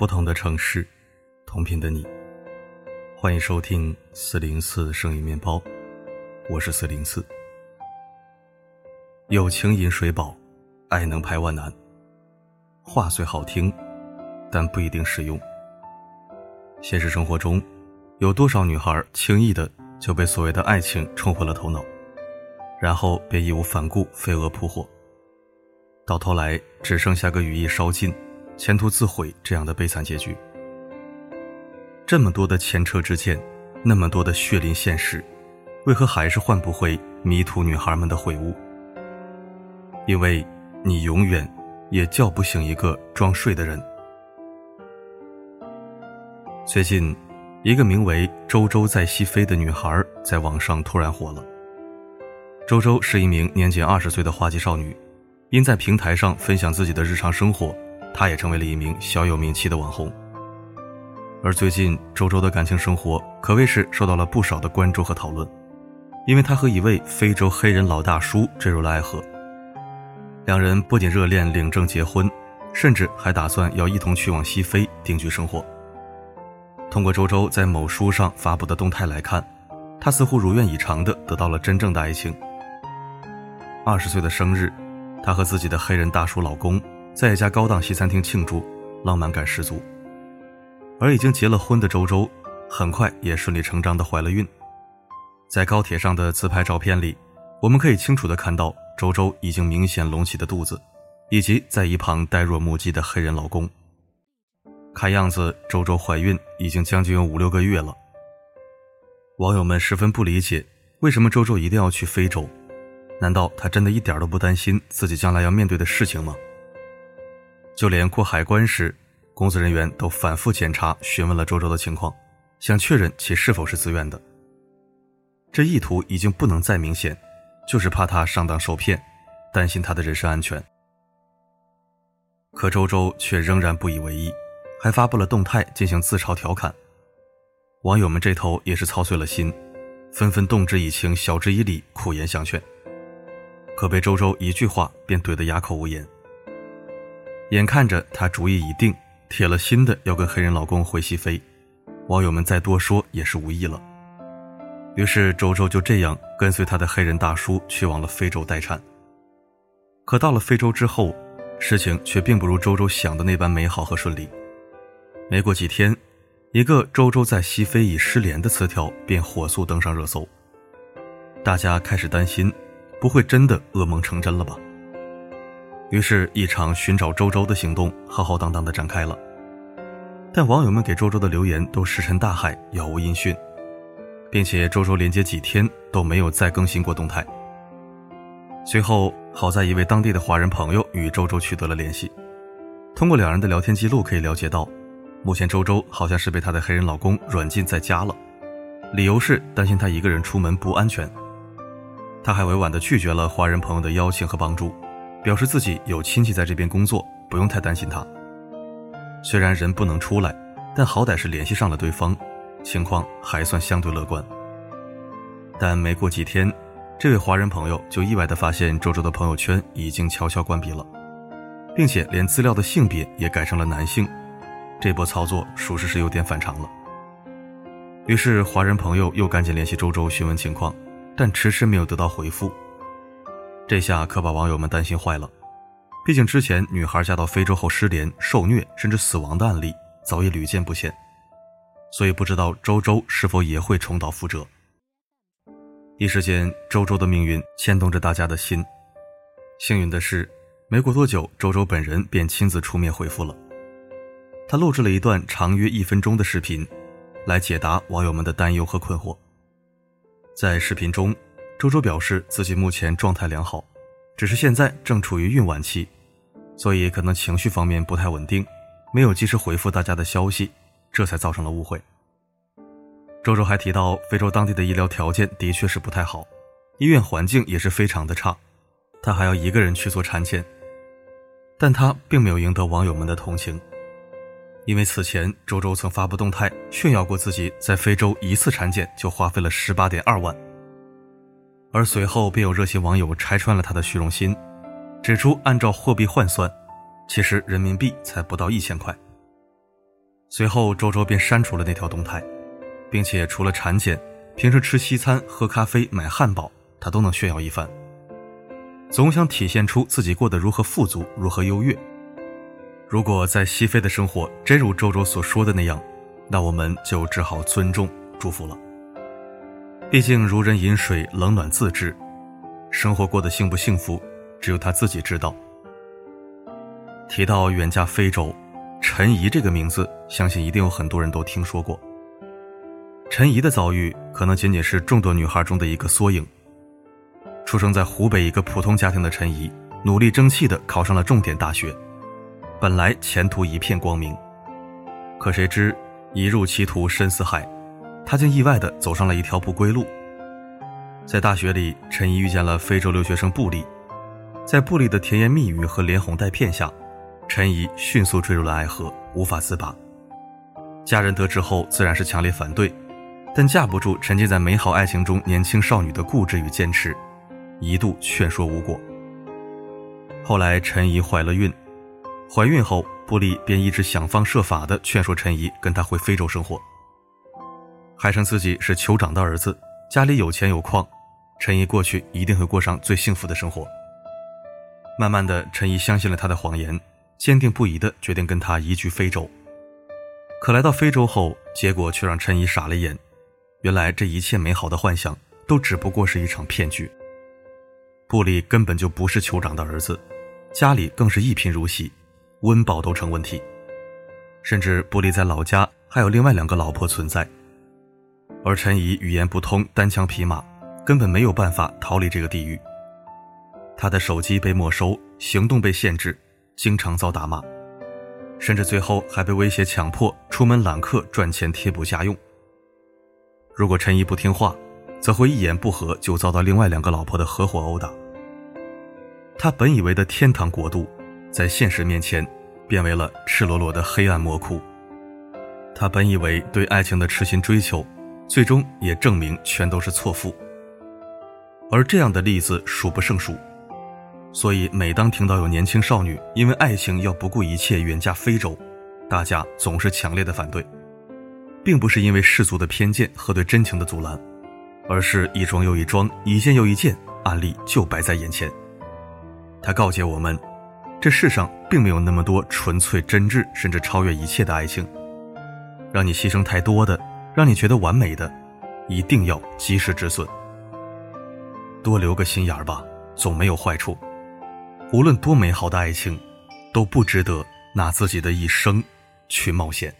不同的城市，同频的你，欢迎收听404声音面包，我是404。友情饮水饱，爱能排万难。话虽好听，但不一定实用。现实生活中，有多少女孩轻易的就被所谓的爱情冲昏了头脑，然后便义无反顾飞蛾扑火，到头来只剩下个羽翼烧尽，前途自毁这样的悲惨结局。这么多的前车之鉴，那么多的血淋现实，为何还是换不回迷途女孩们的悔悟？因为你永远也叫不醒一个装睡的人。最近，一个名为周周在西飞的女孩在网上突然火了。周周是一名年仅20岁的花季少女，因在平台上分享自己的日常生活，她也成为了一名小有名气的网红。而最近周周的感情生活可谓是受到了不少的关注和讨论，因为她和一位非洲黑人老大叔坠入了爱河。两人不仅热恋领证结婚，甚至还打算要一同去往西非定居生活。通过周周在某书上发布的动态来看，她似乎如愿以偿地得到了真正的爱情。20岁的生日，她和自己的黑人大叔老公在一家高档西餐厅庆祝，浪漫感十足。而已经结了婚的周周很快也顺理成章地怀了孕。在高铁上的自拍照片里，我们可以清楚地看到周周已经明显隆起的肚子，以及在一旁呆若木鸡的黑人老公。看样子周周怀孕已经将近有5-6个月了。网友们十分不理解，为什么周周一定要去非洲？难道她真的一点都不担心自己将来要面对的事情吗？就连过海关时，工作人员都反复检查询问了周周的情况，想确认其是否是自愿的。这意图已经不能再明显，就是怕她上当受骗，担心她的人身安全。可周周却仍然不以为意，还发布了动态进行自嘲调侃。网友们这头也是操碎了心，纷纷动之以情，晓之以理，苦言相劝。可被周周一句话便怼得哑口无言。眼看着她主意已定，铁了心的要跟黑人老公回西非，网友们再多说也是无益了。于是周周就这样跟随她的黑人大叔去往了非洲待产。可到了非洲之后，事情却并不如周周想的那般美好和顺利。没过几天，一个周周在西非已失联的词条便火速登上热搜。大家开始担心，不会真的噩梦成真了吧？于是一场寻找周周的行动浩浩荡荡地展开了。但网友们给周周的留言都石沉大海，杳无音讯，并且周周连接几天都没有再更新过动态。随后好在一位当地的华人朋友与周周取得了联系，通过两人的聊天记录可以了解到，目前周周好像是被她的黑人老公软禁在家了，理由是担心她一个人出门不安全。她还委婉地拒绝了华人朋友的邀请和帮助，表示自己有亲戚在这边工作，不用太担心她。虽然人不能出来，但好歹是联系上了对方，情况还算相对乐观。但没过几天，这位华人朋友就意外地发现周周的朋友圈已经悄悄关闭了，并且连资料的性别也改成了男性。这波操作属实是有点反常了。于是华人朋友又赶紧联系周周询问情况，但迟迟没有得到回复。这下可把网友们担心坏了，毕竟之前女孩嫁到非洲后失联、受虐甚至死亡的案例早已屡见不鲜，所以不知道周周是否也会重蹈覆辙。一时间周周的命运牵动着大家的心。幸运的是，没过多久周周本人便亲自出面回复了。他录制了一段长约1分钟的视频，来解答网友们的担忧和困惑。在视频中，周周表示自己目前状态良好，只是现在正处于孕晚期，所以可能情绪方面不太稳定，没有及时回复大家的消息，这才造成了误会。周周还提到，非洲当地的医疗条件的确是不太好，医院环境也是非常的差，他还要一个人去做产检。但他并没有赢得网友们的同情，因为此前周周曾发布动态炫耀过自己在非洲一次产检就花费了18.2万，而随后便有热心网友拆穿了他的虚荣心，指出按照货币换算，其实人民币才不到1000块。 随后周周便删除了那条动态，并且除了产检，平时吃西餐、喝咖啡、买汉堡，他都能炫耀一番，总想体现出自己过得如何富足，如何优越。如果在西非的生活真如周周所说的那样，那我们就只好尊重祝福了。毕竟如人饮水，冷暖自知，生活过得幸不幸福，只有他自己知道。提到远嫁非洲，陈怡这个名字相信一定有很多人都听说过。陈怡的遭遇可能仅仅是众多女孩中的一个缩影。出生在湖北一个普通家庭的陈怡，努力争气地考上了重点大学，本来前途一片光明。可谁知一入歧途深似海，他竟意外地走上了一条不归路。在大学里，陈怡遇见了非洲留学生布利，在布利的甜言蜜语和连哄带骗下，陈怡迅速坠入了爱河，无法自拔。家人得知后自然是强烈反对，但架不住沉浸在美好爱情中年轻少女的固执与坚持，一度劝说无果。后来陈怡怀了孕，怀孕后布利便一直想方设法地劝说陈怡跟他回非洲生活，还称自己是酋长的儿子，家里有钱有矿，陈怡过去一定会过上最幸福的生活。慢慢的，陈怡相信了他的谎言，坚定不移地决定跟他移居非洲。可来到非洲后，结果却让陈怡傻了眼，原来这一切美好的幻想都只不过是一场骗局。布利根本就不是酋长的儿子，家里更是一贫如洗，温饱都成问题，甚至布利在老家还有另外2个老婆存在。而陈怡语言不通，单枪匹马，根本没有办法逃离这个地狱。他的手机被没收，行动被限制，经常遭打骂，甚至最后还被威胁强迫出门揽客赚钱贴补家用。如果陈怡不听话，则会一言不合就遭到另外2个老婆的合伙殴打。他本以为的天堂国度，在现实面前变为了赤裸裸的黑暗魔窟。他本以为对爱情的痴心追求，最终也证明全都是错付。而这样的例子数不胜数，所以每当听到有年轻少女因为爱情要不顾一切远嫁非洲，大家总是强烈的反对，并不是因为世俗的偏见和对真情的阻拦，而是一桩又一桩，一件又一件，案例就摆在眼前。他告诫我们，这世上并没有那么多纯粹真挚甚至超越一切的爱情，让你牺牲太多的，让你觉得完美的，一定要及时止损。多留个心眼儿吧，总没有坏处。无论多美好的爱情，都不值得拿自己的一生去冒险。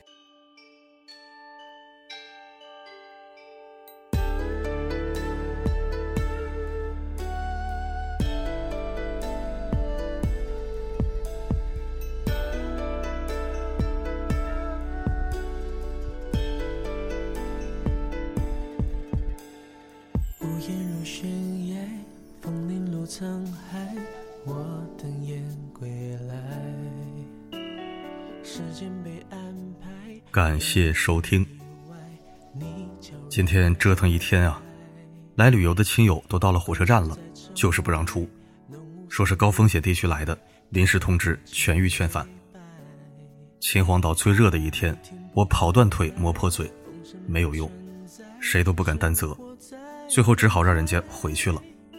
沧海，我等雁归来，时间被安排。 感谢收听。今天折腾一天啊，来旅游的亲友都到了火车站了，就是不让出，说是高风险地区来的，临时通知全域劝返。秦皇岛最热的一天，我跑断腿磨破嘴，没有用，谁都不敢担责，最后只好让人家回去了。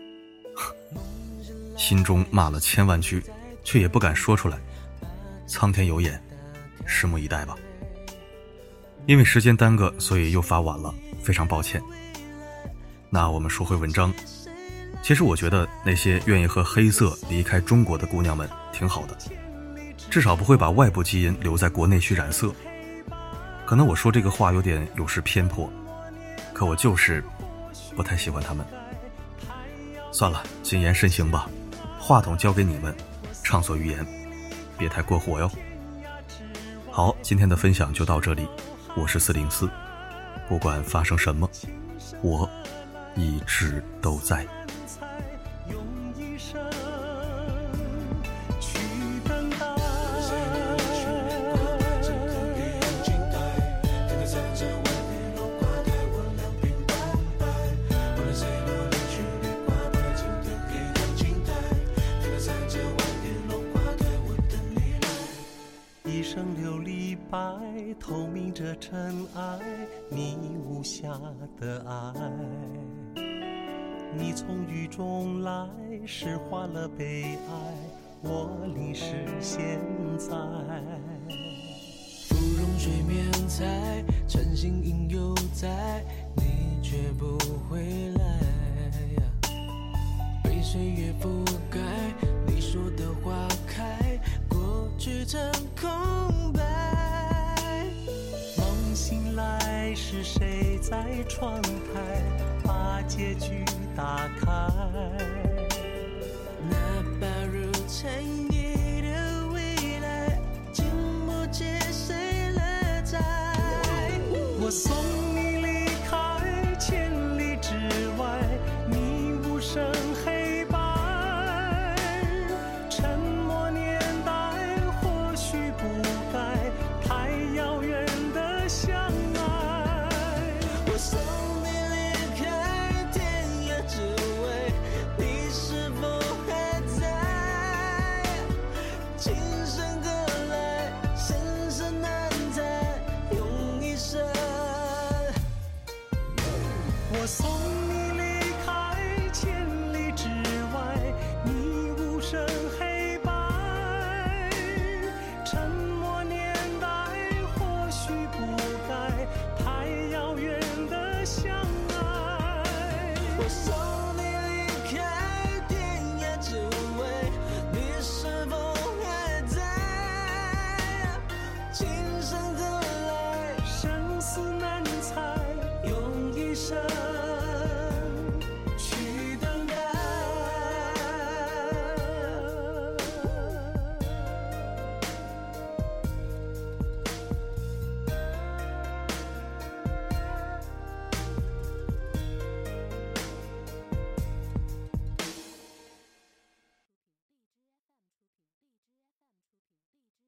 心中骂了千万句，却也不敢说出来。苍天有眼，拭目以待吧。因为时间耽搁，所以又发晚了，非常抱歉。那我们说回文章，其实我觉得那些愿意和黑色离开中国的姑娘们挺好的，至少不会把外部基因留在国内去染色。可能我说这个话有点有失偏颇，可我就是不太喜欢他们。算了，谨言慎行吧，话筒交给你们，畅所欲言，别太过火哟。好，今天的分享就到这里，我是404，不管发生什么，我一直都在。 一生琉璃白，透明着尘埃，你无瑕的爱。你从雨中来，诗化了悲哀，我淋湿现在。 芙蓉水面采，晨星影犹在，你却不回来。被岁月覆盖，你说的花开，过去成空白。 梦醒来，是谁在窗台把结局打开？ 那把如尘埃的未来，经不起谁来摘。 我送你离开千里之外，你无声黑白。沉默年代或许不该，太遥远的相爱。 我送你离开天涯之外，你是否还在？今生何来，生死难猜，用一生。 我送你离开千里之外，你无声黑白。沉默年代或许不该，太遥远的相爱。 我送你离开天涯之外，你是否还在？今生何来， 生死难猜， 用一生。